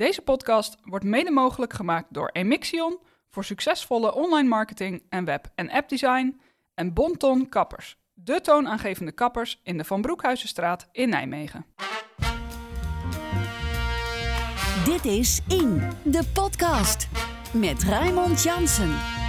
Deze podcast wordt mede mogelijk gemaakt door Emixion voor succesvolle online marketing en web- en appdesign en Bonton Kappers, de toonaangevende kappers in de Van Broekhuizenstraat in Nijmegen. Dit is In, de podcast met Raymond Jansen.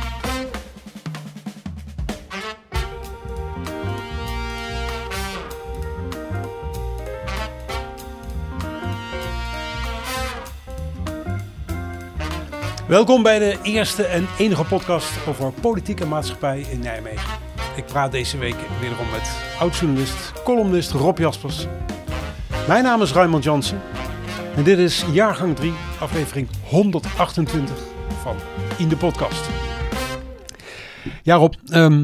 Welkom bij de eerste en enige podcast over politiek en maatschappij in Nijmegen. Ik praat deze week wederom met oud-journalist, columnist Rob Jaspers. Mijn naam is Raymond Jansen en dit is jaargang 3, aflevering 128 van In de podcast. Ja Rob,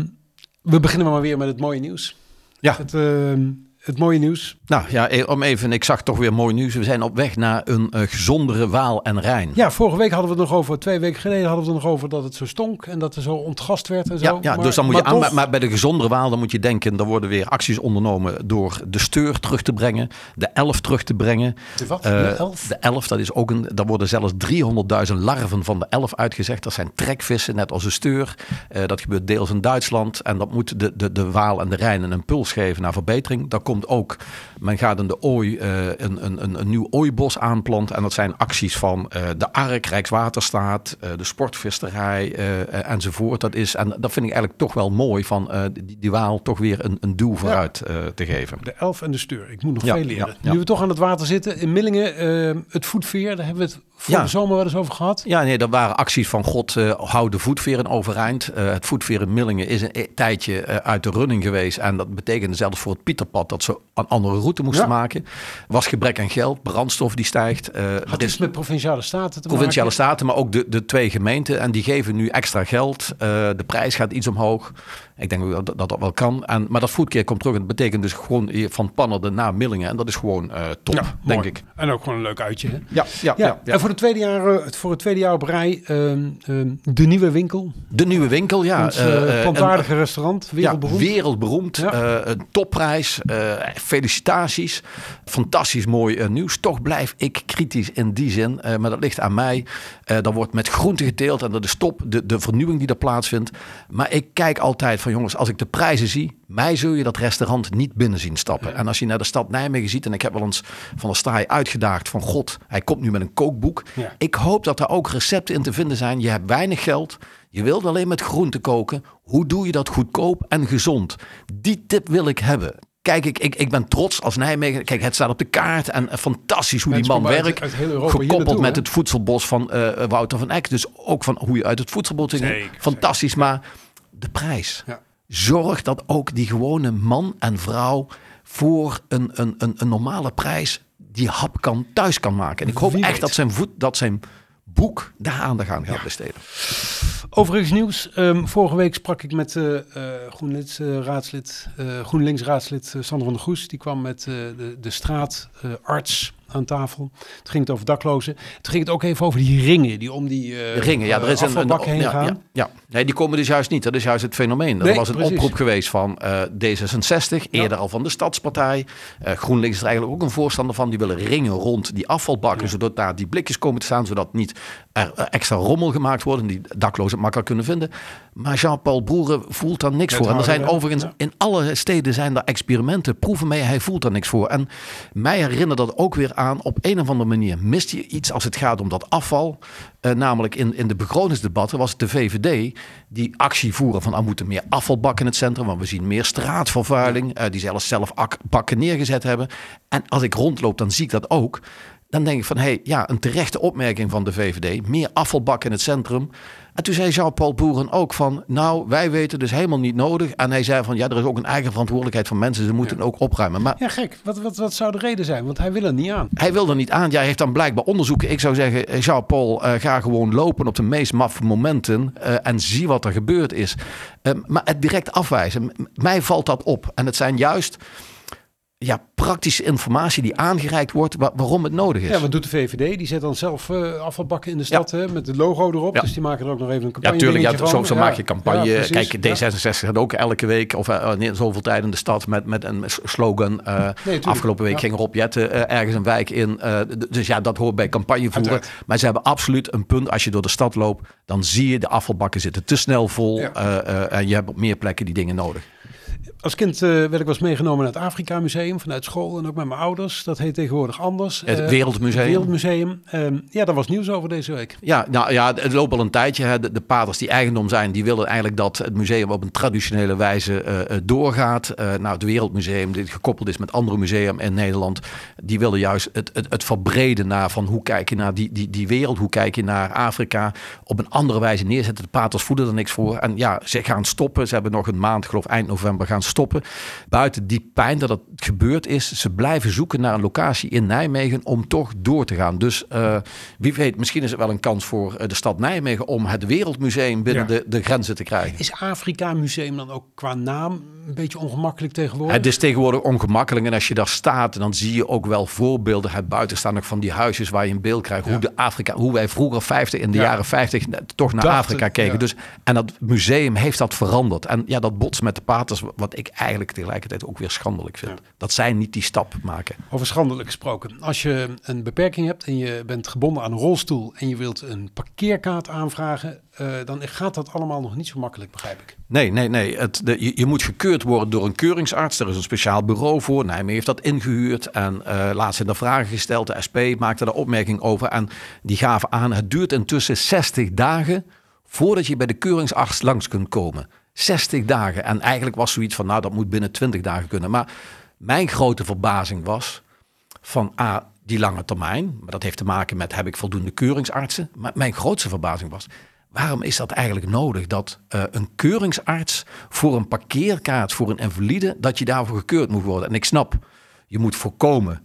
we beginnen maar weer met het mooie nieuws. Ja. Het mooie nieuws. Nou ja, ik zag toch weer mooi nieuws. We zijn op weg naar een gezondere Waal en Rijn. Ja, vorige week hadden we het nog over, 2 weken geleden hadden we het nog over dat het zo stonk en dat er zo ontgast werd en zo. Ja, maar, dus dan moet je toch... maar bij de gezondere Waal, dan moet je denken, er worden weer acties ondernomen door de steur terug te brengen, de elf terug te brengen. De wat? De elf? De elf, dat is ook daar worden zelfs 300.000 larven van de elf uitgezegd. Dat zijn trekvissen, net als de steur. Dat gebeurt deels in Duitsland en dat moet de Waal en de Rijn een impuls geven naar verbetering. Daar komt ook, men gaat in de ooi een nieuw ooibos aanplanten. En dat zijn acties van de ARK, Rijkswaterstaat, de sportvisserij enzovoort. En dat vind ik eigenlijk toch wel mooi van die Waal toch weer een duw vooruit te geven. De elf en de steur. Ik moet nog Ja, veel leren. ja. Nu we toch aan het water zitten. In Millingen, het voetveer, daar hebben we het voor de zomer wel eens over gehad. Ja, nee, dat waren acties van God, hou de voetveer in overeind. Het voetveer in Millingen is een tijdje uit de running geweest. En dat betekende zelfs voor het Pieterpad dat ze een andere route moesten maken. Was gebrek aan geld, brandstof die stijgt. Had iets met provinciale staten te provinciale maken? staten, maar ook de 2 gemeenten. En die geven nu extra geld. De prijs gaat iets omhoog. Ik denk dat wel kan. Maar dat voetkeer komt terug. En dat betekent dus gewoon van Pannerden naar Millingen. En dat is gewoon top, Ja, denk mooi. ik. En ook gewoon een leuk uitje. Hè? Ja. En voor het tweede jaar op rij, de nieuwe winkel. De nieuwe winkel, ja. Ons plantaardige restaurant, wereldberoemd. Ja, wereldberoomd. Ja. Een topprijs. Felicitaties. Fantastisch mooi nieuws. Toch blijf ik kritisch in die zin. Maar dat ligt aan mij. Er wordt met groente geteeld en dat is top. De vernieuwing die er plaatsvindt. Maar ik kijk altijd van jongens, als ik de prijzen zie, mij zul je dat restaurant niet binnen zien stappen. En als je naar de stad Nijmegen ziet, en ik heb wel eens Van der Staaij uitgedaagd van God, hij komt nu met een kookboek. Ja. Ik hoop dat er ook recepten in te vinden zijn. Je hebt weinig geld. Je wilt alleen met groente koken. Hoe doe je dat goedkoop en gezond? Die tip wil ik hebben. Kijk, ik ben trots als Nijmegen. Kijk, het staat op de kaart en fantastisch hoe die man werkt. Gekoppeld met het voedselbos van Wouter van Eck. Dus ook van hoe je uit het voedselbos... Fantastisch, maar de prijs. Ja. Zorg dat ook die gewone man en vrouw voor een normale prijs die hap thuis kan maken. En ik hoop echt dat zijn boek daar aandacht aan gaat besteden. Overigens nieuws. Vorige week sprak ik met GroenLinks raadslid Sander van der Goes. Die kwam met de straatarts aan tafel. Toen ging het over daklozen. Toen ging het ook even over die ringen die om die ringen, ja, er is afvalbak heen gaan. Ja. Nee, die komen dus juist niet. Dat is juist het fenomeen. Er was een oproep geweest van D66, eerder al van de Stadspartij. GroenLinks is er eigenlijk ook een voorstander van. Die willen ringen rond die afvalbakken, zodat daar die blikjes komen te staan, zodat niet er extra rommel gemaakt wordt en die daklozen het makkelijk kunnen vinden. Maar Jean-Paul Broeren voelt daar niks voor. En er zijn overigens in alle steden zijn er experimenten, proeven mee. Hij voelt daar niks voor. En mij herinnert dat ook weer aan, op een of andere manier mist je iets als het gaat om dat afval. Namelijk in de begrotingsdebatten was het de VVD die actie voeren van er moeten meer afvalbakken in het centrum, want we zien meer straatvervuiling, die zelf bakken neergezet hebben. En als ik rondloop, dan zie ik dat ook. Dan denk ik van, een terechte opmerking van de VVD. Meer afvalbakken in het centrum. En toen zei Jean-Paul Boeren ook van, nou, wij weten dus helemaal niet nodig. En hij zei van, ja, er is ook een eigen verantwoordelijkheid van mensen. Ze moeten ook opruimen. Maar, ja, gek. Wat zou de reden zijn? Want hij wil er niet aan. Hij wil er niet aan. Ja, hij heeft dan blijkbaar onderzoeken. Ik zou zeggen, Jean-Paul, ga gewoon lopen op de meest maffe momenten. En zie wat er gebeurd is. Maar het direct afwijzen. Mij valt dat op. En het zijn juist praktische informatie die aangereikt wordt waarom het nodig is. Ja, wat doet de VVD? Die zet dan zelf afvalbakken in de stad met het logo erop. Ja. Dus die maken er ook nog even een campagne. Ja, tuurlijk. Zo maak je campagne. Ja, kijk, D66 gaat ook elke week of zoveel tijd in de stad met een slogan. Afgelopen week ging Rob Jetten ergens een wijk in. Dus dat hoort bij campagne voeren. Uiteraard. Maar ze hebben absoluut een punt. Als je door de stad loopt, dan zie je de afvalbakken zitten te snel vol. En je hebt op meer plekken die dingen nodig. Als kind werd ik wel eens meegenomen naar het Afrika Museum vanuit school en ook met mijn ouders. Dat heet tegenwoordig anders. Het Wereldmuseum. Wereldmuseum. Daar was nieuws over deze week. Ja, het loopt al een tijdje. Hè. De paters die eigendom zijn, die willen eigenlijk dat het museum op een traditionele wijze doorgaat. Het Wereldmuseum, dit gekoppeld is met andere musea in Nederland, die willen juist het verbreden naar van hoe kijk je naar die wereld, hoe kijk je naar Afrika, op een andere wijze neerzetten. De paters voeden er niks voor. En ze gaan stoppen. Ze hebben nog een maand, geloof eind november, gaan stoppen. Buiten die pijn dat het gebeurd is, ze blijven zoeken naar een locatie in Nijmegen om toch door te gaan. Dus wie weet, misschien is het wel een kans voor de stad Nijmegen om het Wereldmuseum binnen de grenzen te krijgen. Is Afrika Museum dan ook qua naam een beetje ongemakkelijk tegenwoordig? Het is tegenwoordig ongemakkelijk en als je daar staat, dan zie je ook wel voorbeelden. Het buiten staan ook van die huisjes waar je een beeld krijgt. Hoe wij vroeger in de jaren 50 toch naar Afrika keken. Ja. Dus, en dat museum heeft dat veranderd. En dat botst met de paters, wat ik eigenlijk tegelijkertijd ook weer schandelijk vind. Ja. Dat zij niet die stap maken. Over schandelijk gesproken. Als je een beperking hebt en je bent gebonden aan een rolstoel en je wilt een parkeerkaart aanvragen, dan gaat dat allemaal nog niet zo makkelijk, begrijp ik. Nee. Je moet gekeurd worden door een keuringsarts. Er is een speciaal bureau voor. Nijmegen heeft dat ingehuurd. En laatst zijn er vragen gesteld. De SP maakte daar opmerking over. En die gaven aan, het duurt intussen 60 dagen voordat je bij de keuringsarts langs kunt komen. 60 dagen. En eigenlijk was zoiets van, dat moet binnen 20 dagen kunnen. Maar mijn grote verbazing was van die lange termijn. Maar dat heeft te maken met, heb ik voldoende keuringsartsen? Maar mijn grootste verbazing was, waarom is dat eigenlijk nodig? Dat een keuringsarts voor een parkeerkaart voor een invalide, dat je daarvoor gekeurd moet worden. En ik snap, je moet voorkomen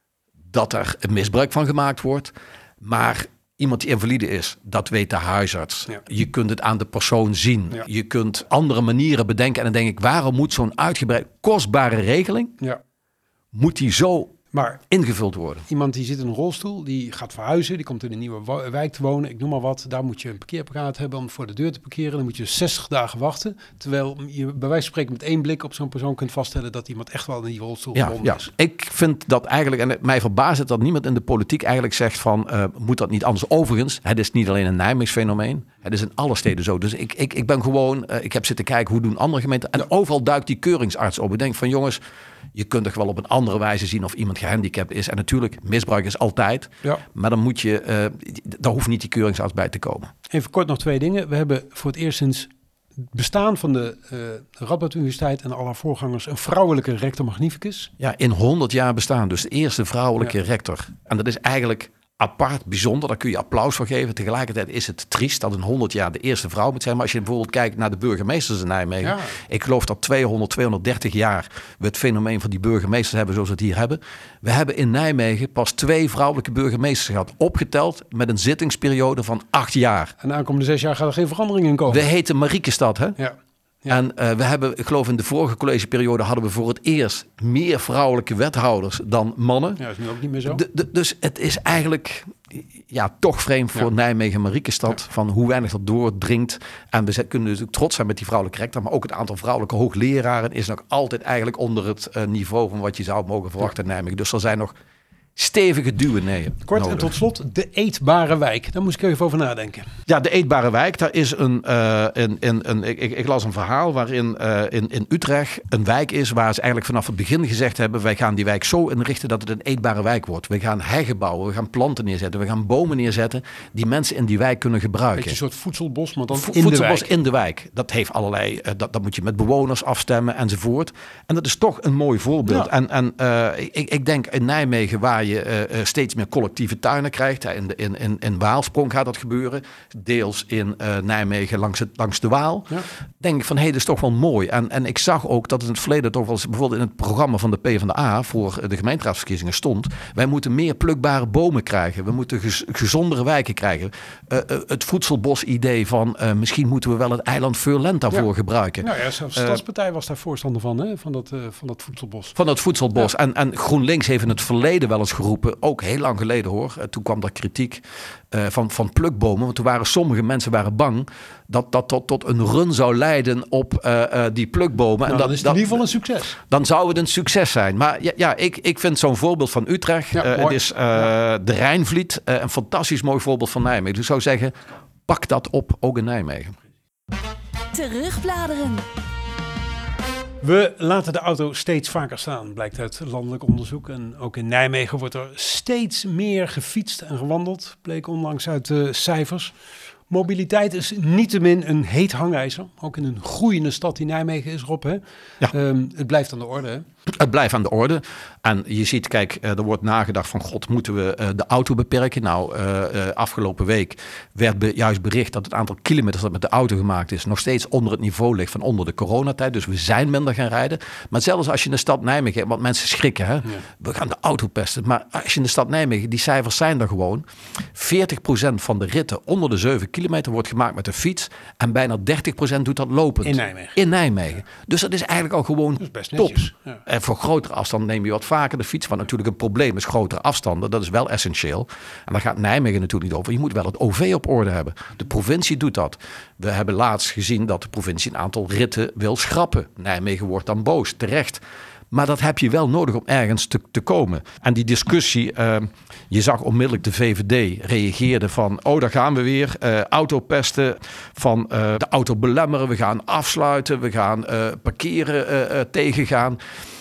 dat er een misbruik van gemaakt wordt. Maar iemand die invalide is, dat weet de huisarts. Ja. Je kunt het aan de persoon zien. Ja. Je kunt andere manieren bedenken. En dan denk ik, waarom moet zo'n uitgebreid kostbare regeling, moet die zo ingevuld worden? Iemand die zit in een rolstoel, die gaat verhuizen, die komt in een nieuwe wijk te wonen, ik noem maar wat. Daar moet je een parkeerkaart hebben om voor de deur te parkeren. Dan moet je 60 dagen wachten. Terwijl je bij wijze van spreken met 1 blik op zo'n persoon kunt vaststellen dat iemand echt wel in die rolstoel gebonden is. Ik vind dat eigenlijk, en mij verbaast het dat niemand in de politiek eigenlijk zegt van, moet dat niet anders? Overigens, het is niet alleen een Nijmeegs fenomeen. Het is in alle steden zo. Dus ik ben gewoon, ik heb zitten kijken hoe doen andere gemeenten. En overal duikt die keuringsarts op. Ik denk van, jongens, je kunt toch wel op een andere wijze zien of iemand gehandicapt is. En natuurlijk, misbruik is altijd. Ja. Maar dan moet je, daar hoeft niet die keuringsarts bij te komen. Even kort nog 2 dingen. We hebben voor het eerst sinds het bestaan van de Radboud Universiteit en al haar voorgangers een vrouwelijke rector magnificus. Ja, in 100 jaar bestaan. Dus de eerste vrouwelijke rector. En dat is eigenlijk apart, bijzonder. Daar kun je applaus voor geven. Tegelijkertijd is het triest dat in 100 jaar de eerste vrouw moet zijn. Maar als je bijvoorbeeld kijkt naar de burgemeesters in Nijmegen. Ja. Ik geloof dat 230 jaar we het fenomeen van die burgemeesters hebben zoals we het hier hebben. We hebben in Nijmegen pas 2 vrouwelijke burgemeesters gehad. Opgeteld met een zittingsperiode van 8 jaar. En de aankomende 6 jaar gaat er geen verandering in komen. We heten Mariekestad, hè? Ja. Ja. En we hebben, ik geloof in de vorige collegeperiode hadden we voor het eerst meer vrouwelijke wethouders dan mannen. Ja, dat is nu ook niet meer zo. Dus het is eigenlijk toch vreemd voor Nijmegen en Mariekestad van hoe weinig dat doordringt. En we kunnen dus trots zijn met die vrouwelijke rector, maar ook het aantal vrouwelijke hoogleraren is nog altijd eigenlijk onder het niveau van wat je zou mogen verwachten in Nijmegen. Dus er zijn nog stevige duwen Kort nodig. En tot slot, de eetbare wijk. Daar moest ik even over nadenken. Ja, de eetbare wijk. Daar is ik las een verhaal waarin in Utrecht een wijk is waar ze eigenlijk vanaf het begin gezegd hebben, wij gaan die wijk zo inrichten dat het een eetbare wijk wordt. We gaan heggen bouwen, we gaan planten neerzetten, we gaan bomen neerzetten die mensen in die wijk kunnen gebruiken. Beetje een soort voedselbos, maar dan voedselbos in de wijk. Dat heeft allerlei, dat moet je met bewoners afstemmen enzovoort. En dat is toch een mooi voorbeeld. Ja. En ik denk in Nijmegen waar waar je steeds meer collectieve tuinen krijgt. In Waalsprong gaat dat gebeuren. Deels in Nijmegen langs de Waal. Ja. Denk ik van, dat is toch wel mooi. En ik zag ook dat in het verleden toch wel eens, bijvoorbeeld in het programma van de PvdA voor de gemeenteraadsverkiezingen stond, wij moeten meer plukbare bomen krijgen. We moeten gezondere wijken krijgen. Het voedselbos-idee van misschien moeten we wel het eiland Veurland daarvoor gebruiken. Nou ja, zelfs de Stadspartij was daar voorstander van, hè? Van dat voedselbos. Van dat voedselbos. Ja. En GroenLinks heeft in het verleden wel eens geroepen, ook heel lang geleden hoor. Toen kwam daar kritiek van plukbomen. Want toen waren sommige mensen bang dat tot een run zou leiden op die plukbomen. Nou, dan is het in ieder geval een succes. Dan zou het een succes zijn. Maar ik vind zo'n voorbeeld van Utrecht. Het is de Rijnvliet. Een fantastisch mooi voorbeeld van Nijmegen. Dus ik zou zeggen, pak dat op, ook in Nijmegen. Terugbladeren. We laten de auto steeds vaker staan, blijkt uit landelijk onderzoek. En ook in Nijmegen wordt er steeds meer gefietst en gewandeld, bleek onlangs uit de cijfers. Mobiliteit is niettemin een heet hangijzer. Ook in een groeiende stad die Nijmegen is, Rob. Hè? Ja. Het blijft aan de orde, hè? Het blijft aan de orde. En je ziet, kijk, er wordt nagedacht van, god, moeten we de auto beperken? Nou, afgelopen week werd juist bericht dat het aantal kilometers dat met de auto gemaakt is nog steeds onder het niveau ligt van onder de coronatijd. Dus we zijn minder gaan rijden. Maar zelfs als je in de stad Nijmegen hebt, want mensen schrikken, hè? Ja. We gaan de auto pesten. Maar als je in de stad Nijmegen, die cijfers zijn er gewoon. 40% van de ritten onder de 7 kilometer wordt gemaakt met de fiets. En bijna 30% doet dat lopend. In Nijmegen. Ja. Dus dat is eigenlijk al gewoon top. Ja. En voor grotere afstanden neem je wat vaker de fiets. Wat natuurlijk een probleem is, grotere afstanden. Dat is wel essentieel. En daar gaat Nijmegen natuurlijk niet over. Je moet wel het OV op orde hebben. De provincie doet dat. We hebben laatst gezien dat de provincie een aantal ritten wil schrappen. Nijmegen wordt dan boos, terecht. Maar dat heb je wel nodig om ergens te komen. En die discussie, je zag onmiddellijk de VVD reageerde van, daar gaan we weer, autopesten, van de auto belemmeren, we gaan afsluiten, we gaan parkeren tegengaan.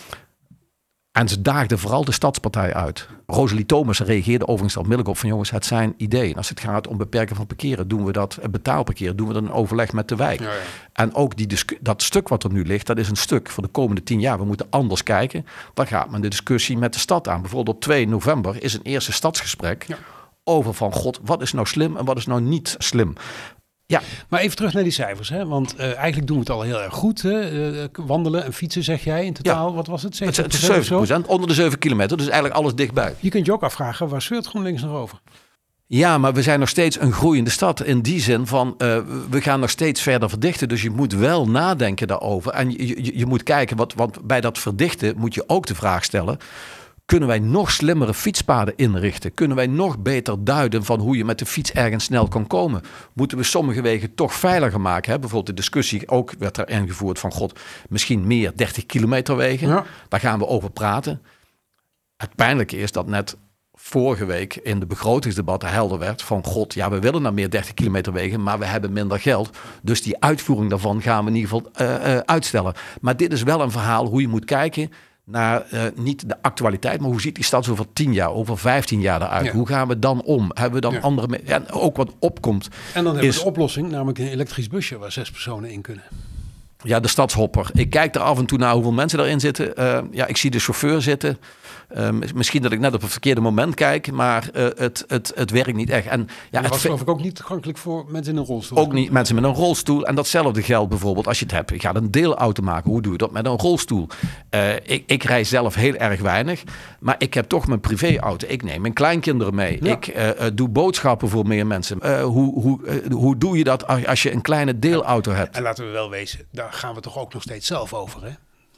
En ze daagden vooral de Stadspartij uit. Rosalie Thomas reageerde overigens onmiddellijk op van, jongens, het zijn ideeën. Als het gaat om beperken van parkeren, doen we dat, betaalparkeren, doen we dan een overleg met de wijk. Ja. En ook dat stuk wat er nu ligt, dat is een stuk voor de komende 10 jaar. We moeten anders kijken. Dan gaat men de discussie met de stad aan. Bijvoorbeeld op 2 november is een eerste stadsgesprek over van, god, wat is nou slim en wat is nou niet slim? Ja. Maar even terug naar die cijfers, hè? Want eigenlijk doen we het al heel erg goed. Hè? Wandelen en fietsen, zeg jij in totaal. Wat was het? 70%? Het is 7%, onder de 7 kilometer. Dus eigenlijk alles dichtbij. Je kunt je ook afvragen, waar zeurt GroenLinks nog over? Ja, maar we zijn nog steeds een groeiende stad. In die zin van, we gaan nog steeds verder verdichten. Dus je moet wel nadenken daarover. En je moet kijken, want bij dat verdichten moet je ook de vraag stellen, kunnen wij nog slimmere fietspaden inrichten? Kunnen wij nog beter duiden van hoe je met de fiets ergens snel kan komen? Moeten we sommige wegen toch veiliger maken? Hè? Bijvoorbeeld de discussie ook werd er ingevoerd van, god, misschien meer 30 kilometer wegen. Ja. Daar gaan we over praten. Het pijnlijke is dat net vorige week in de begrotingsdebatten helder werd van, god, ja, we willen naar meer 30 kilometer wegen, maar we hebben minder geld. Dus die uitvoering daarvan gaan we in ieder geval uitstellen. Maar dit is wel een verhaal hoe je moet kijken naar niet de actualiteit, maar hoe ziet die stad over 10 jaar, over 15 jaar eruit? Ja. Hoe gaan we dan om? Hebben we dan andere... En ook wat opkomt. En dan hebben we de oplossing, namelijk een elektrisch busje waar 6 personen in kunnen. Ja, de stadshopper. Ik kijk er af en toe naar hoeveel mensen erin zitten. Ik zie de chauffeur zitten. Misschien dat ik net op het verkeerde moment kijk, maar het werkt niet echt. En dat was geloof ik ook niet toegankelijk voor mensen in een rolstoel. Ook niet mensen met een rolstoel. En datzelfde geldt bijvoorbeeld als je het hebt. Ik ga een deelauto maken. Hoe doe je dat met een rolstoel? Ik rij zelf heel erg weinig, maar ik heb toch mijn privéauto. Ik neem mijn kleinkinderen mee. Ja. Ik doe boodschappen voor meer mensen. Hoe doe je dat als je een kleine deelauto hebt? En laten we wel wezen, daar gaan we toch ook nog steeds zelf over, hè?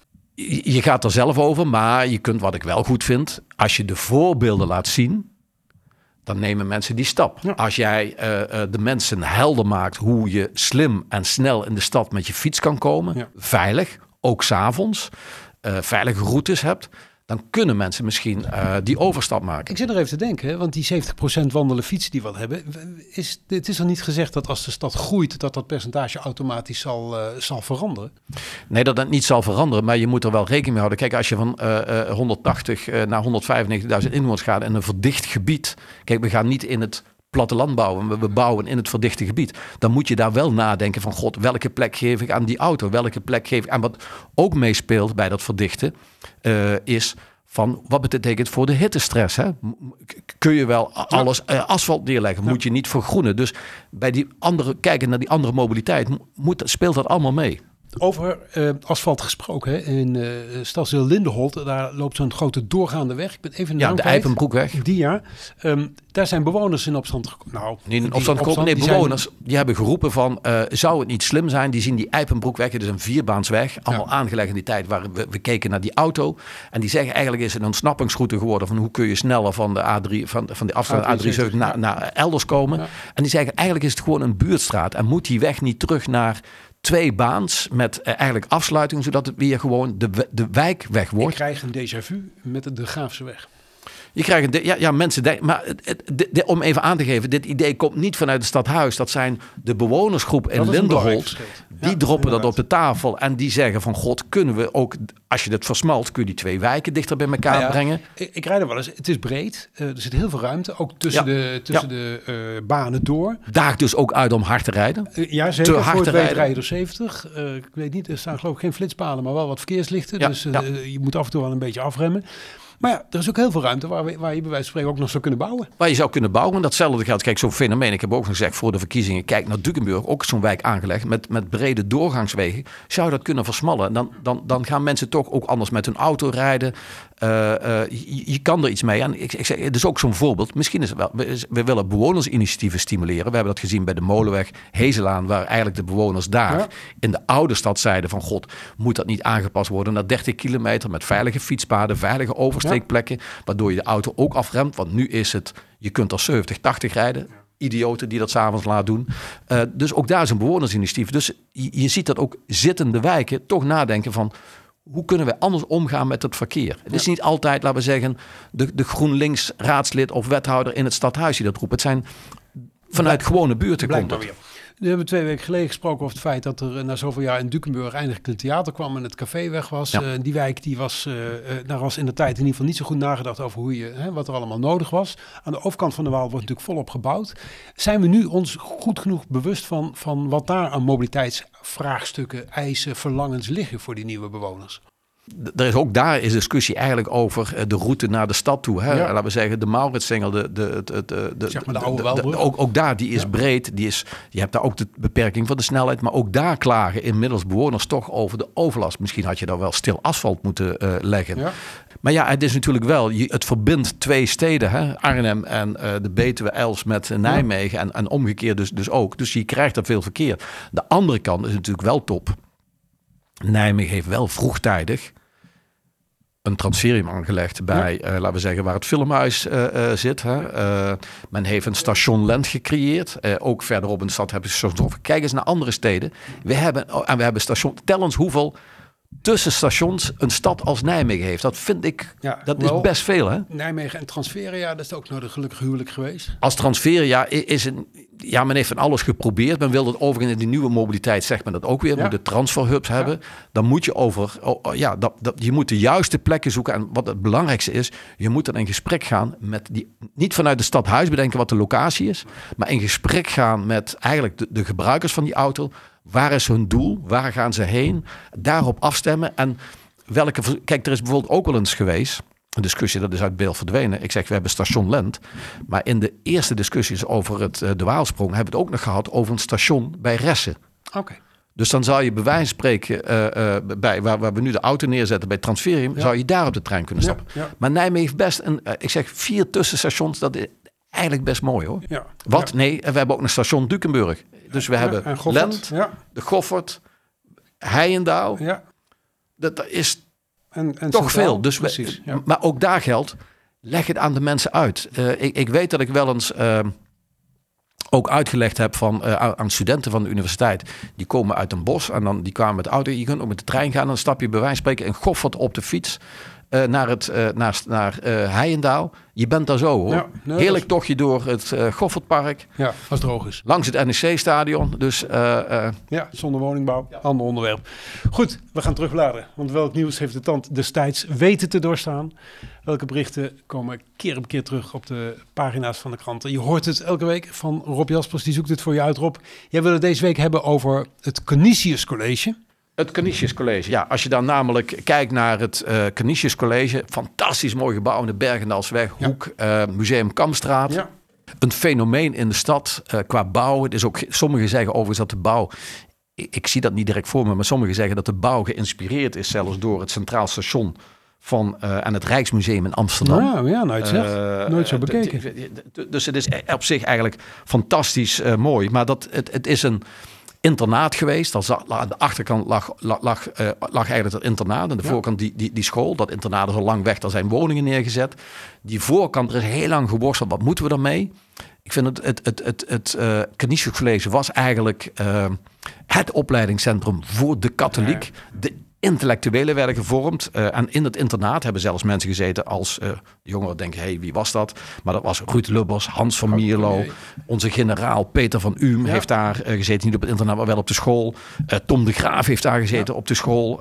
Je gaat er zelf over, maar je kunt, wat ik wel goed vind, als je de voorbeelden laat zien, dan nemen mensen die stap. Ja. Als jij de mensen helder maakt hoe je slim en snel in de stad met je fiets kan komen, veilig, ook 's avonds, veilige routes hebt, dan kunnen mensen misschien die overstap maken. Ik zit er even te denken, want die 70% wandelen fietsen die wat hebben, het is er niet gezegd dat als de stad groeit, dat percentage automatisch zal veranderen? Nee, dat het niet zal veranderen, maar je moet er wel rekening mee houden. Kijk, als je van 180 naar 195.000 inwoners gaat in een verdicht gebied, kijk, we gaan niet in het platteland bouwen, we bouwen in het verdichte gebied, dan moet je daar wel nadenken van, god, welke plek geef ik aan die auto? Welke plek geef ik? En wat ook meespeelt bij dat verdichten is, van wat betekent voor de hittestress. Hè? Kun je wel alles asfalt neerleggen? Moet je niet vergroenen? Dus bij die andere, kijken naar die andere mobiliteit, speelt dat allemaal mee. Over asfalt gesproken, hè? In stadsdeel Lindenholt, daar loopt zo'n grote doorgaande weg. Ik ben even de Eipenbroekweg. Die ja. Daar zijn bewoners in opstand gekomen. Nou, niet in opstand gekomen. Nee, bewoners die hebben geroepen van, zou het niet slim zijn? Die zien die Eipenbroekweg, het is een vierbaansweg, allemaal aangelegd in die tijd waar we keken naar die auto. En die zeggen eigenlijk is het een ontsnappingsroute geworden van hoe kun je sneller van de A3, van de afstand A73 naar elders komen. Ja. En die zeggen eigenlijk is het gewoon een buurtstraat en moet die weg niet terug naar 2 baans met eigenlijk afsluiting, zodat het weer gewoon de wijkweg wordt. Ik krijg een déjà vu met de Graafse weg. Je krijgt mensen denken, maar om even aan te geven, dit idee komt niet vanuit het stadhuis. Dat zijn de bewonersgroep in Lindenholt. Die droppen dat op de tafel en die zeggen van god, kunnen we ook, als je dat versmalt, kun je die 2 wijken dichter bij elkaar brengen. Ik rijd er wel eens. Het is breed. Er zit heel veel ruimte, ook tussen de banen door. Daagt dus ook uit om hard te rijden. Ja, zeker. Te hard te rijden door 70. Ik weet niet, er staan geloof ik geen flitspalen, maar wel wat verkeerslichten. Dus je moet af en toe wel een beetje afremmen. Maar ja, er is ook heel veel ruimte waar je bij wijze van spreken ook nog zou kunnen bouwen. Waar je zou kunnen bouwen. En datzelfde geldt, kijk, zo'n fenomeen. Ik heb ook gezegd voor de verkiezingen, kijk naar Dukenburg, ook zo'n wijk aangelegd met brede doorgangswegen. Zou je dat kunnen versmallen? Dan gaan mensen toch ook anders met hun auto rijden. Je kan er iets mee. En ik zeg, het is ook zo'n voorbeeld. Misschien is het wel, we willen bewonersinitiatieven stimuleren. We hebben dat gezien bij de Molenweg, Hezelaan, waar eigenlijk de bewoners daar in de oude stad zeiden van god, moet dat niet aangepast worden naar 30 kilometer met veilige fietspaden, veilige oversteekplekken, waardoor je de auto ook afremt. Want nu is het, je kunt er 70, 80 rijden. Idioten die dat 's avonds laat doen. Dus ook daar is een bewonersinitiatief. Dus je ziet dat ook zittende wijken toch nadenken van hoe kunnen we anders omgaan met het verkeer? Het is niet altijd, laten we zeggen, de GroenLinks raadslid of wethouder in het stadhuis die dat roept. Het zijn vanuit gewone buurten komt het. We hebben 2 weken geleden gesproken over het feit dat er na zoveel jaar in Dukenburg eindelijk een theater kwam en het café weg was. Ja. Die wijk daar was in de tijd in ieder geval niet zo goed nagedacht over wat er allemaal nodig was. Aan de overkant van de Waal wordt natuurlijk volop gebouwd. Zijn we nu ons goed genoeg bewust van wat daar aan mobiliteitsvraagstukken, eisen, verlangens liggen voor die nieuwe bewoners? Ook daar is discussie eigenlijk over de route naar de stad toe. Hè? Ja. Laten we zeggen, de Mauritsengel, zeg maar de oude Waalbrug. Ook daar, die is breed. Je hebt daar ook de beperking van de snelheid. Maar ook daar klagen inmiddels bewoners toch over de overlast. Misschien had je daar wel stil asfalt moeten leggen. Ja. Maar ja, het is natuurlijk wel, het verbindt 2 steden. Hè? Arnhem en de Betuwe, Els met Nijmegen en omgekeerd dus ook. Dus je krijgt er veel verkeer. De andere kant is natuurlijk wel top. Nijmegen heeft wel vroegtijdig een transferium aangelegd bij, laten we zeggen, waar het filmhuis zit. Hè. Men heeft een station Lent gecreëerd. Ook verderop in de stad hebben ze stations. Kijk eens naar andere steden. We hebben station. Tel eens hoeveel tussenstations een stad als Nijmegen heeft. Dat vind ik, is best veel. Hè? Nijmegen en Transferia, dat is ook nog de gelukkige huwelijk geweest. Als Transferia men heeft van alles geprobeerd. Men wil dat overigens in die nieuwe mobiliteit, zegt men dat ook weer. Moet de transferhubs hebben. Dan moet je je moet de juiste plekken zoeken. En wat het belangrijkste is, je moet dan in gesprek gaan met niet vanuit het stadhuis bedenken wat de locatie is, maar in gesprek gaan met eigenlijk de gebruikers van die auto. Waar is hun doel? Waar gaan ze heen? Daarop afstemmen. En kijk, er is bijvoorbeeld ook wel eens geweest een discussie, dat is uit beeld verdwenen. Ik zeg, we hebben station Lent. Maar in de eerste discussies over de Waalsprong hebben we het ook nog gehad over een station bij Ressen. Oké. Dus dan zou je bij wijze van spreken, bij waar we nu de auto neerzetten bij Transferium, zou je daar op de trein kunnen stappen. Ja. Maar Nijmegen heeft best 4 tussenstations, dat is eigenlijk best mooi hoor. Ja. Nee, we hebben ook een station Dukenburg. Dus we hebben Lent, de Goffert, Heijendaal. Ja. Dat is en toch centraal, veel. Dus precies, maar ook daar geldt, leg het aan de mensen uit. Ik weet dat ik wel eens ook uitgelegd heb aan studenten van de universiteit. Die komen uit een bos en die kwamen met de auto. Je kunt ook met de trein gaan en dan stap je bij wijze van spreken in Goffert op de fiets naar Heijendaal. Je bent daar zo hoor. Ja, heerlijk tochtje door het Goffertpark. Ja, als het droog is. Langs het NEC-stadion. Dus, zonder woningbouw. Ja. Ander onderwerp. Goed, we gaan terugbladeren. Want welk nieuws heeft de tand destijds weten te doorstaan? Welke berichten komen keer op keer terug op de pagina's van de kranten? Je hoort het elke week van Rob Jaspers. Die zoekt het voor je uit, Rob. Jij wil het deze week hebben over het Canisius College. Het Canisius College. Ja, als je dan namelijk kijkt naar het Canisius College. Fantastisch mooi gebouw in de Bergendalsweg. Hoek, Museum Kamstraat. Ja. Een fenomeen in de stad qua bouw. Het is ook, sommigen zeggen overigens dat de bouw... Ik zie dat niet direct voor me, maar sommigen zeggen dat de bouw geïnspireerd is zelfs door het Centraal Station en het Rijksmuseum in Amsterdam. Nou ja, nooit zo bekeken. Dus het is op zich eigenlijk fantastisch mooi. Maar het is een internaat geweest. Aan de achterkant lag eigenlijk het internaat. Aan de voorkant die school. Dat internaat is al lang weg. Daar zijn woningen neergezet. Die voorkant, er is heel lang geworsteld. Wat moeten we daarmee? Ik vind het Canisius College was eigenlijk het opleidingscentrum voor de katholiek. Ja. De intellectuelen werden gevormd. En in het internaat hebben zelfs mensen gezeten als jongeren denken, wie was dat? Maar dat was Ruud Lubbers, Hans van Mierlo. Onze generaal Peter van Uhm heeft daar gezeten. Niet op het internaat, maar wel op de school. Tom de Graaf heeft daar gezeten op de school.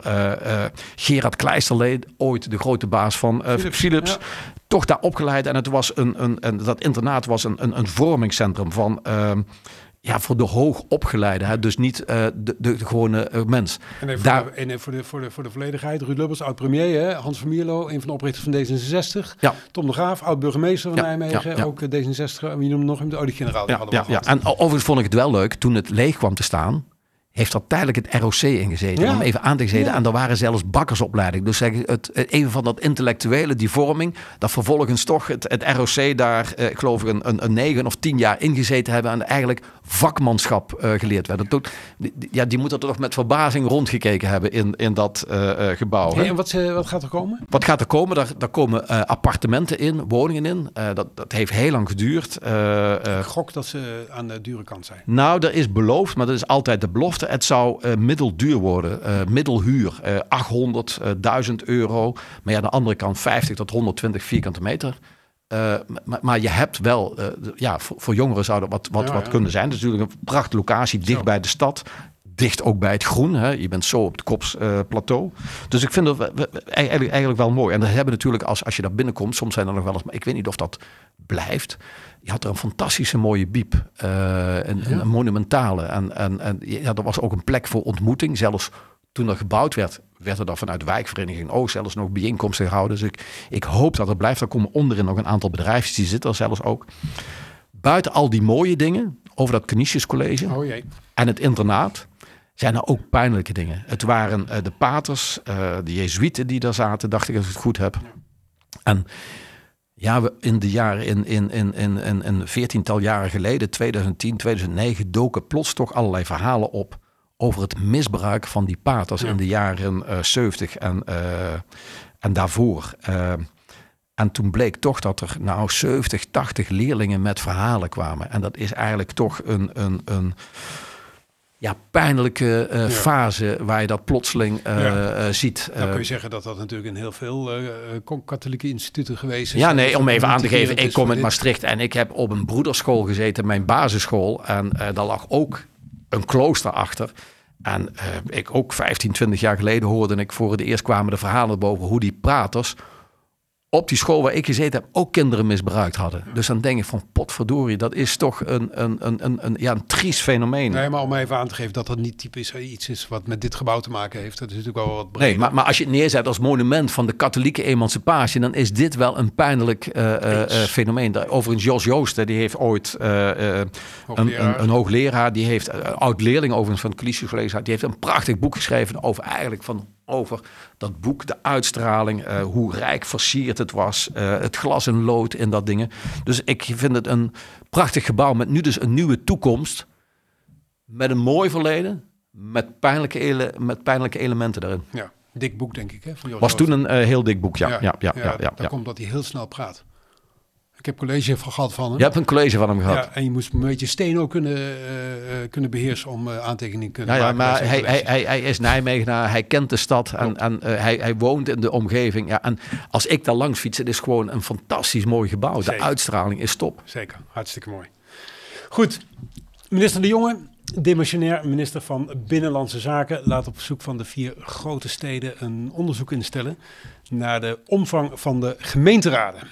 Gerard Kleisterlee, ooit de grote baas van Philips. Ja. Toch daar opgeleid. En het was dat internaat was een vormingscentrum van... voor de hoogopgeleide, hè? Dus niet de gewone mens. En voor de volledigheid, Ruud Lubbers, oud-premier, Hans van Mierlo, een van de oprichters van D66. Ja. Tom de Graaf, oud-burgemeester van Nijmegen, ook D66. Wie noemde nog hem? De generaal. En overigens vond ik het wel leuk, toen het leeg kwam te staan... heeft er tijdelijk het ROC ingezeten. Om even aan te gezeten. Ja. En er waren zelfs bakkersopleiding. Dus even van dat intellectuele, die vorming... dat vervolgens toch het ROC daar, ik geloof ik, een 9 of 10 jaar ingezeten hebben... en eigenlijk vakmanschap geleerd werden. Die moeten er toch met verbazing rondgekeken hebben in dat gebouw. Hey, en wat gaat er komen? Wat gaat er komen? Daar komen appartementen in, woningen in. Dat heeft heel lang geduurd. Gok dat ze aan de dure kant zijn. Nou, er is beloofd, maar dat is altijd de belofte. Het zou middelduur worden, middelhuur, 800, 1000 euro. Maar ja, aan de andere kant 50 tot 120 vierkante meter. Maar je hebt wel, voor jongeren zou dat wat kunnen zijn. Het is natuurlijk een prachtige locatie, dicht bij de stad. Dicht ook bij het groen. Hè? Je bent zo op het Kopsplateau. Dus ik vind dat eigenlijk wel mooi. En dat hebben natuurlijk, als je daar binnenkomt, soms zijn er nog wel eens, maar ik weet niet of dat blijft. Je had er een fantastische mooie biep. Een monumentale. En er was ook een plek voor ontmoeting. Zelfs toen er gebouwd werd er dan vanuit de wijkvereniging ook zelfs nog bijeenkomsten gehouden. Dus ik hoop dat het blijft. Er komen onderin nog een aantal bedrijfjes, die zitten er zelfs ook. Buiten al die mooie dingen over dat Canisius College en het internaat, zijn er ook pijnlijke dingen. Het waren de paters, de jezuïeten die daar zaten, dacht ik als ik het goed heb. En ja, in de jaren, in een 14-tal jaren geleden, 2010, 2009, doken plots toch allerlei verhalen op over het misbruik van die paters in de jaren 70 en daarvoor. En toen bleek toch dat er 70, 80 leerlingen met verhalen kwamen. En dat is eigenlijk toch een pijnlijke fase waar je dat plotseling ziet. Dan kun je zeggen dat natuurlijk in heel veel katholieke instituten geweest is. Ja, nee, om even aan te geven. Ik kom uit Maastricht en ik heb op een broederschool gezeten, mijn basisschool. En daar lag ook een klooster achter. En ik ook 15, 20 jaar geleden hoorde ik voor het eerst kwamen de verhalen boven hoe die praters op die school waar ik gezeten heb ook kinderen misbruikt hadden. Dus dan denk ik van potverdorie, dat is toch een triest fenomeen. Nee, maar om even aan te geven dat dat niet typisch iets is wat met dit gebouw te maken heeft. Dat is natuurlijk wel wat breder. Nee, maar als je het neerzet als monument van de katholieke emancipatie, dan is dit wel een pijnlijk fenomeen. Overigens Jos Joosten, die heeft ooit een hoogleraar, die heeft oud-leerling overigens van het Canisius College, die heeft een prachtig boek geschreven over dat boek, de uitstraling, hoe rijk versierd het was, het glas en lood in dat dingen. Dus ik vind het een prachtig gebouw met nu dus een nieuwe toekomst, met een mooi verleden, met pijnlijke elementen daarin. Ja, dik boek denk ik. Hè, van was toen een heel dik boek, ja. Daar komt dat hij heel snel praat. Ik heb college gehad van hem. Je hebt een college van hem gehad. Ja, en je moest een beetje steno kunnen beheersen om aantekeningen te kunnen maken. Maar hij is Nijmegenaar, hij kent de stad en hij woont in de omgeving. Ja, en als ik daar langs fiets, het is gewoon een fantastisch mooi gebouw. Zeker. De uitstraling is top. Zeker, hartstikke mooi. Goed, minister De Jonge, demissionair minister van Binnenlandse Zaken, laat op verzoek van de 4 grote steden een onderzoek instellen naar de omvang van de gemeenteraden.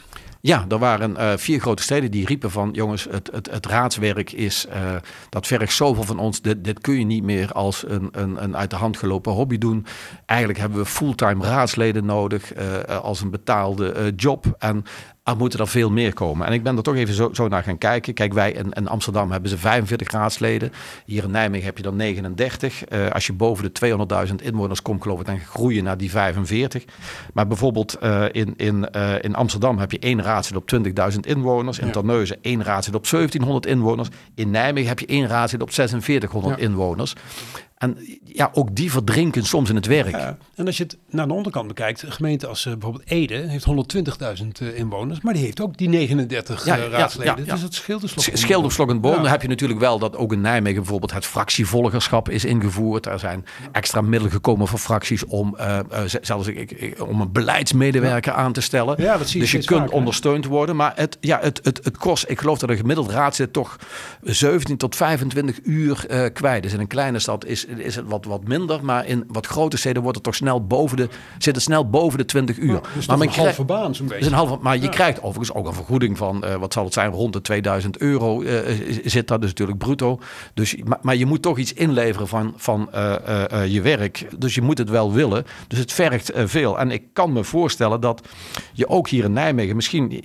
Ja, er waren 4 grote steden die riepen van... jongens, het raadswerk dat vergt zoveel van ons. Dit kun je niet meer als een uit de hand gelopen hobby doen. Eigenlijk hebben we fulltime raadsleden nodig... als een betaalde job. En er moeten er veel meer komen. En ik ben er toch even zo naar gaan kijken. Kijk, wij in Amsterdam hebben ze 45 raadsleden. Hier in Nijmegen heb je er 39. Als je boven de 200.000 inwoners komt, geloof ik, dan groei je naar die 45. Maar bijvoorbeeld in Amsterdam heb je 1 raadslid op 20.000 inwoners. In Terneuzen 1 raadslid op 1700 inwoners. In Nijmegen heb je 1 raadslid op 4600 inwoners. En ja, ook die verdrinken soms in het werk. Ja, en als je het naar de onderkant bekijkt, een gemeente als bijvoorbeeld Ede heeft 120.000 inwoners, maar die heeft ook die 39 raadsleden. Dus het scheelt scheelt op slok en boom. Dan heb je natuurlijk wel dat ook in Nijmegen bijvoorbeeld het fractievolgerschap is ingevoerd. Er zijn extra middelen gekomen voor fracties om zelfs om een beleidsmedewerker aan te stellen. Ja, dat zie je dus je kunt vaak, ondersteund worden. Maar het kost, ik geloof dat een gemiddeld raadslid toch 17 tot 25 uur kwijt is. In een kleine stad is het wat minder, maar in wat grote steden wordt het toch snel zit het snel boven de 20 uur. Dus maar een halve baan zo'n beetje. Maar je krijgt overigens ook een vergoeding van, wat zal het zijn, rond de 2000 euro zit dat dus natuurlijk bruto. Dus, maar je moet toch iets inleveren van je werk. Dus je moet het wel willen. Dus het vergt veel. En ik kan me voorstellen dat je ook hier in Nijmegen misschien...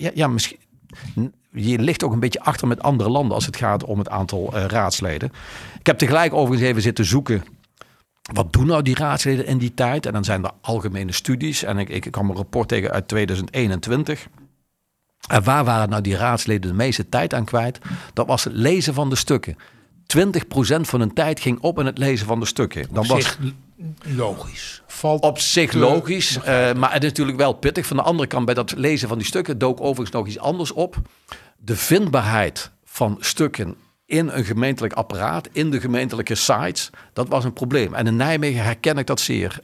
Je ligt ook een beetje achter met andere landen als het gaat om het aantal raadsleden. Ik heb tegelijk overigens even zitten zoeken. Wat doen nou die raadsleden in die tijd? En dan zijn er algemene studies. En ik kwam een rapport tegen uit 2021. En waar waren nou die raadsleden de meeste tijd aan kwijt? Dat was het lezen van de stukken. 20% van hun tijd ging op in het lezen van de stukken. Dan was logisch. Op zich logisch, maar het is natuurlijk wel pittig. Van de andere kant, bij dat lezen van die stukken dook overigens nog iets anders op. De vindbaarheid van stukken in een gemeentelijk apparaat, in de gemeentelijke sites, dat was een probleem. En in Nijmegen herken ik dat zeer.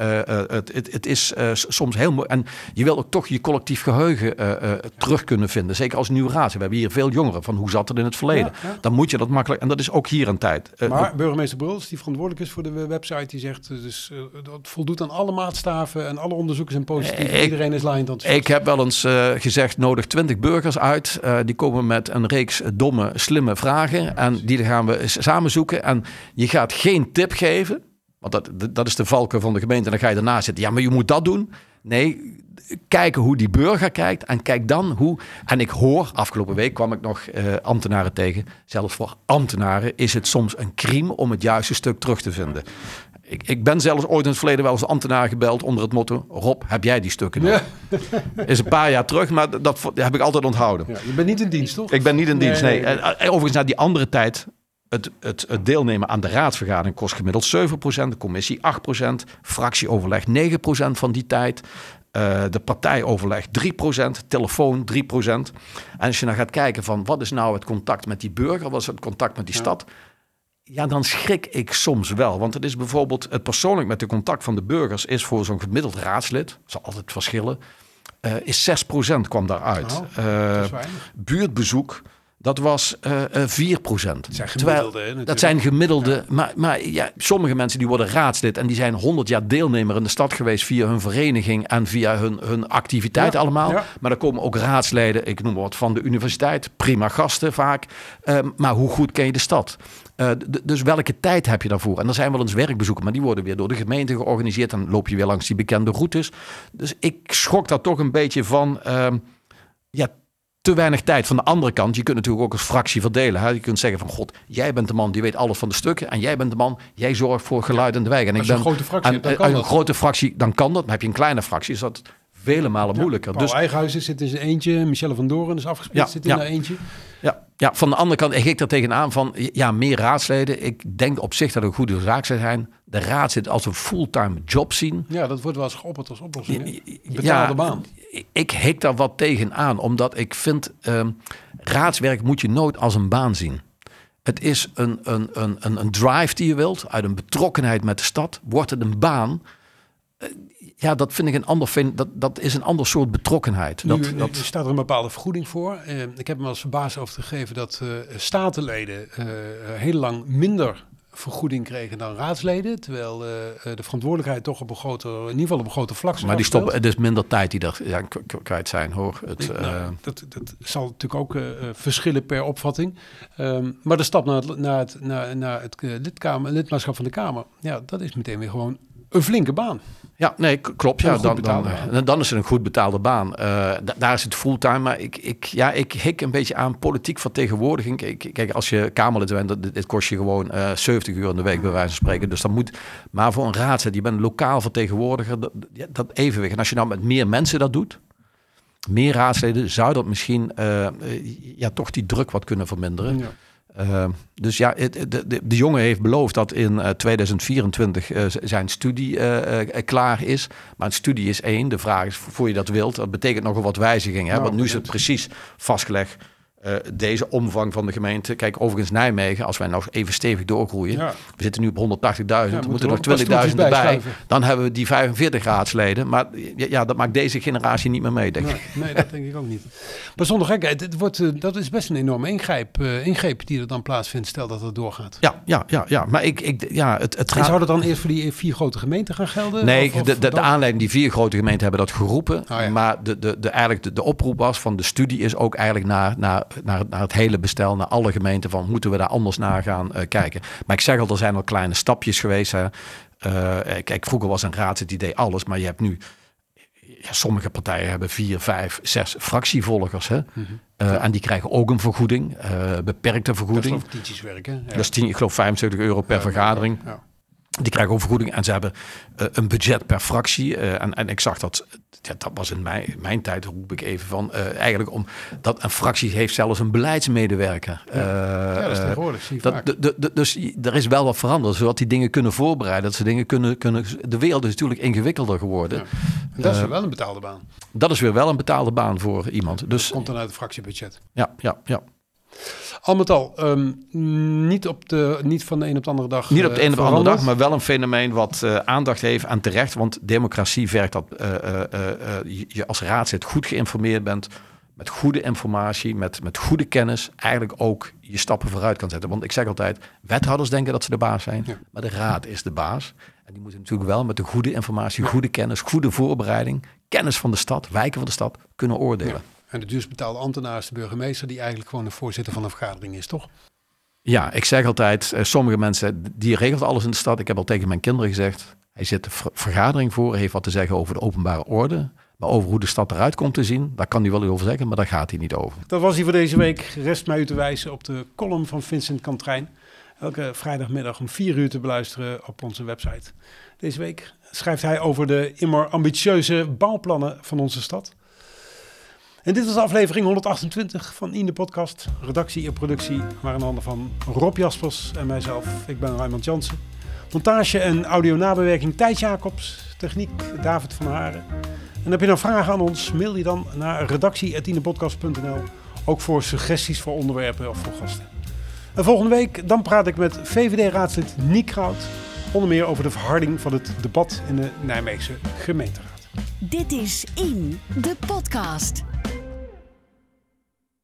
Het is soms heel mooi. En je wil ook toch je collectief geheugen terug kunnen vinden. Zeker als nieuw raad. We hebben hier veel jongeren van hoe zat het in het verleden. Ja. Dan moet je dat makkelijk. En dat is ook hier een tijd. Maar burgemeester Bruls, die verantwoordelijk is voor de website, die zegt dat voldoet aan alle maatstaven en alle onderzoeken zijn positief. Iedereen is laaiend enthousiast. Ik heb wel eens gezegd, nodig 20 burgers uit. Die komen met een reeks domme, slimme vragen. En die gaan we samen zoeken. En je gaat geen tip geven. Want dat is de valkuil van de gemeente. En dan ga je daarna zitten. Ja, maar je moet dat doen. Nee, kijken hoe die burger kijkt. En kijk dan hoe... En ik hoor, afgelopen week kwam ik nog ambtenaren tegen. Zelfs voor ambtenaren is het soms een crime om het juiste stuk terug te vinden. Ik ben zelfs ooit in het verleden wel eens de ambtenaar gebeld onder het motto: Rob, heb jij die stukken nog? Ja. Is een paar jaar terug, maar dat heb ik altijd onthouden. Ja, je bent niet in dienst, toch? Ik ben niet in dienst, nee. Overigens, naar die andere tijd, het deelnemen aan de raadsvergadering kost gemiddeld 7%, de commissie 8%, fractieoverleg 9% van die tijd. De partijoverleg 3%, telefoon 3%. En als je nou gaat kijken van wat is nou het contact met die burger, wat is het contact met die stad... Ja, dan schrik ik soms wel. Want het is bijvoorbeeld het persoonlijk met de contact van de burgers is voor zo'n gemiddeld raadslid, zal altijd verschillen, is 6% kwam daaruit. Buurtbezoek, dat was 4%. Dat zijn gemiddelde. Dat zijn gemiddelde. Ja. Maar ja, sommige mensen die worden raadslid en die zijn 100 jaar deelnemer in de stad geweest via hun vereniging en via hun activiteit allemaal. Ja. Maar er komen ook raadsleden, ik noem maar wat, van de universiteit. Prima gasten vaak. Maar hoe goed ken je de stad? Dus welke tijd heb je daarvoor? En er zijn wel eens werkbezoeken, maar die worden weer door de gemeente georganiseerd. Dan loop je weer langs die bekende routes. Dus ik schrok daar toch een beetje van... te weinig tijd. Van de andere kant, je kunt natuurlijk ook als fractie verdelen. Hè? Je kunt zeggen van, god, jij bent de man die weet alles van de stukken. En jij bent de man, jij zorgt voor geluid en de wijk. En als je een grote fractie hebt, dan kan dat. Een grote fractie, dan kan dat. Maar heb je een kleine fractie, is dat vele malen moeilijker. Paul Eigenhuizen zit in zijn eentje. Michelle van Doren is afgesplitst, zit in haar eentje. Ja, van de andere kant, ik daar tegenaan van, meer raadsleden. Ik denk op zich dat een goede zaak zou zijn. De raad zit als een fulltime job zien. Ja, dat wordt wel eens geopperd als oplossing. Betaalde baan. Ik hik daar wat tegenaan, omdat ik vind, raadswerk moet je nooit als een baan zien. Het is een drive die je wilt, uit een betrokkenheid met de stad. Wordt het een baan? Dat vind ik dat is een ander soort betrokkenheid. Er staat er een bepaalde vergoeding voor. Ik heb me als verbaasd over gegeven dat statenleden heel lang minder vergoeding kregen dan raadsleden. Terwijl de verantwoordelijkheid toch in ieder geval op een groter vlak. Maar die stoppen, het is minder tijd die er kwijt zijn, hoor. Dat zal natuurlijk ook verschillen per opvatting. Maar de stap naar het lidmaatschap van de Kamer, ja, dat is meteen weer gewoon een flinke baan. Ja, nee, klopt. Ja, dan is het een goed betaalde baan. Daar is het fulltime. Maar ik hik een beetje aan politiek vertegenwoordiging. Kijk, als je Kamerlid bent, dit kost je gewoon 70 uur in de week, bij wijze van spreken. Dus dat moet. Maar voor een raadslid, je bent lokaal vertegenwoordiger, dat evenwicht. En als je nou met meer mensen dat doet, meer raadsleden, zou dat misschien toch die druk wat kunnen verminderen. Ja. Dus ja, de jongen heeft beloofd dat in 2024 zijn studie klaar is. Maar een studie is 1. De vraag is, voor je dat wilt, dat betekent nogal wat wijzigingen. Nou, want nu is het precies vastgelegd. Deze omvang van de gemeente. Kijk, overigens Nijmegen, als wij nog even stevig doorgroeien. Ja. We zitten nu op 180.000. We moeten nog 20.000 erbij. Dan hebben we die 45 raadsleden. Maar ja, dat maakt deze generatie niet meer mee, denk ik. Nee, dat denk ik ook niet. Maar zonder gekheid, dat is best een enorme ingreep die er dan plaatsvindt. Stel dat het doorgaat. Ja. Maar en zou dat dan eerst voor die 4 grote gemeenten gaan gelden? Nee, de aanleiding, die 4 grote gemeenten hebben dat geroepen. Maar eigenlijk de oproep was van de studie is ook eigenlijk naar het hele bestel, naar alle gemeenten, van moeten we daar anders naar gaan kijken. Maar ik zeg al, er zijn al kleine stapjes geweest. Hè. Kijk, vroeger was een raad het idee alles, maar je hebt nu, sommige partijen hebben 4, 5, 6 fractievolgers. Hè. Mm-hmm. En die krijgen ook een vergoeding, beperkte vergoeding. Dat is tientjes werken. Ja. Dat is ik geloof €75 per vergadering. Ja. Die krijgen ook vergoeding en ze hebben een budget per fractie. En ik zag dat was in mijn tijd, roep ik even van, eigenlijk dat een fractie heeft zelfs een beleidsmedewerker. Dat is tegenwoordig, zie je vaak. Dus er is wel wat veranderd, zodat die dingen kunnen voorbereiden. Dat ze dingen kunnen. De wereld is natuurlijk ingewikkelder geworden. Ja. En dat is wel een betaalde baan. Dat is weer wel een betaalde baan voor iemand. Dus, dat komt dan uit het fractiebudget. Ja. Al met al, niet van de een op de andere dag. Niet op de een op de andere dag, maar wel een fenomeen wat aandacht heeft en terecht. Want democratie vergt dat je als raadslid goed geïnformeerd bent, met goede informatie, met goede kennis, eigenlijk ook je stappen vooruit kan zetten. Want ik zeg altijd, wethouders denken dat ze de baas zijn, maar de raad is de baas. En die moeten natuurlijk wel met de goede informatie, goede kennis, goede voorbereiding, kennis van de stad, wijken van de stad, kunnen oordelen. Ja. En de duurst betaalde ambtenaar is de burgemeester, die eigenlijk gewoon de voorzitter van een vergadering is, toch? Ja, ik zeg altijd, sommige mensen, die regelt alles in de stad. Ik heb al tegen mijn kinderen gezegd, hij zit de vergadering voor, heeft wat te zeggen over de openbare orde. Maar over hoe de stad eruit komt te zien, daar kan hij wel over zeggen, maar daar gaat hij niet over. Dat was hij voor deze week. Rest mij u te wijzen op de column van Vincent Kantrijn. Elke vrijdagmiddag om 4 uur te beluisteren op onze website. Deze week schrijft hij over de immer ambitieuze bouwplannen van onze stad. En dit was aflevering 128 van In de Podcast. Redactie en productie waren in handen van Rob Jaspers en mijzelf. Ik ben Raymond Jansen. Montage en audio-nabewerking Thijs Jacobs. Techniek David van Haren. En heb je nou vragen aan ons, mail die dan naar redactie@indepodcast.nl. Ook voor suggesties voor onderwerpen of voor gasten. En volgende week dan praat ik met VVD-raadslid Niek Kraut. Onder meer over de verharding van het debat in de Nijmeegse gemeenteraad. Dit is In de Podcast.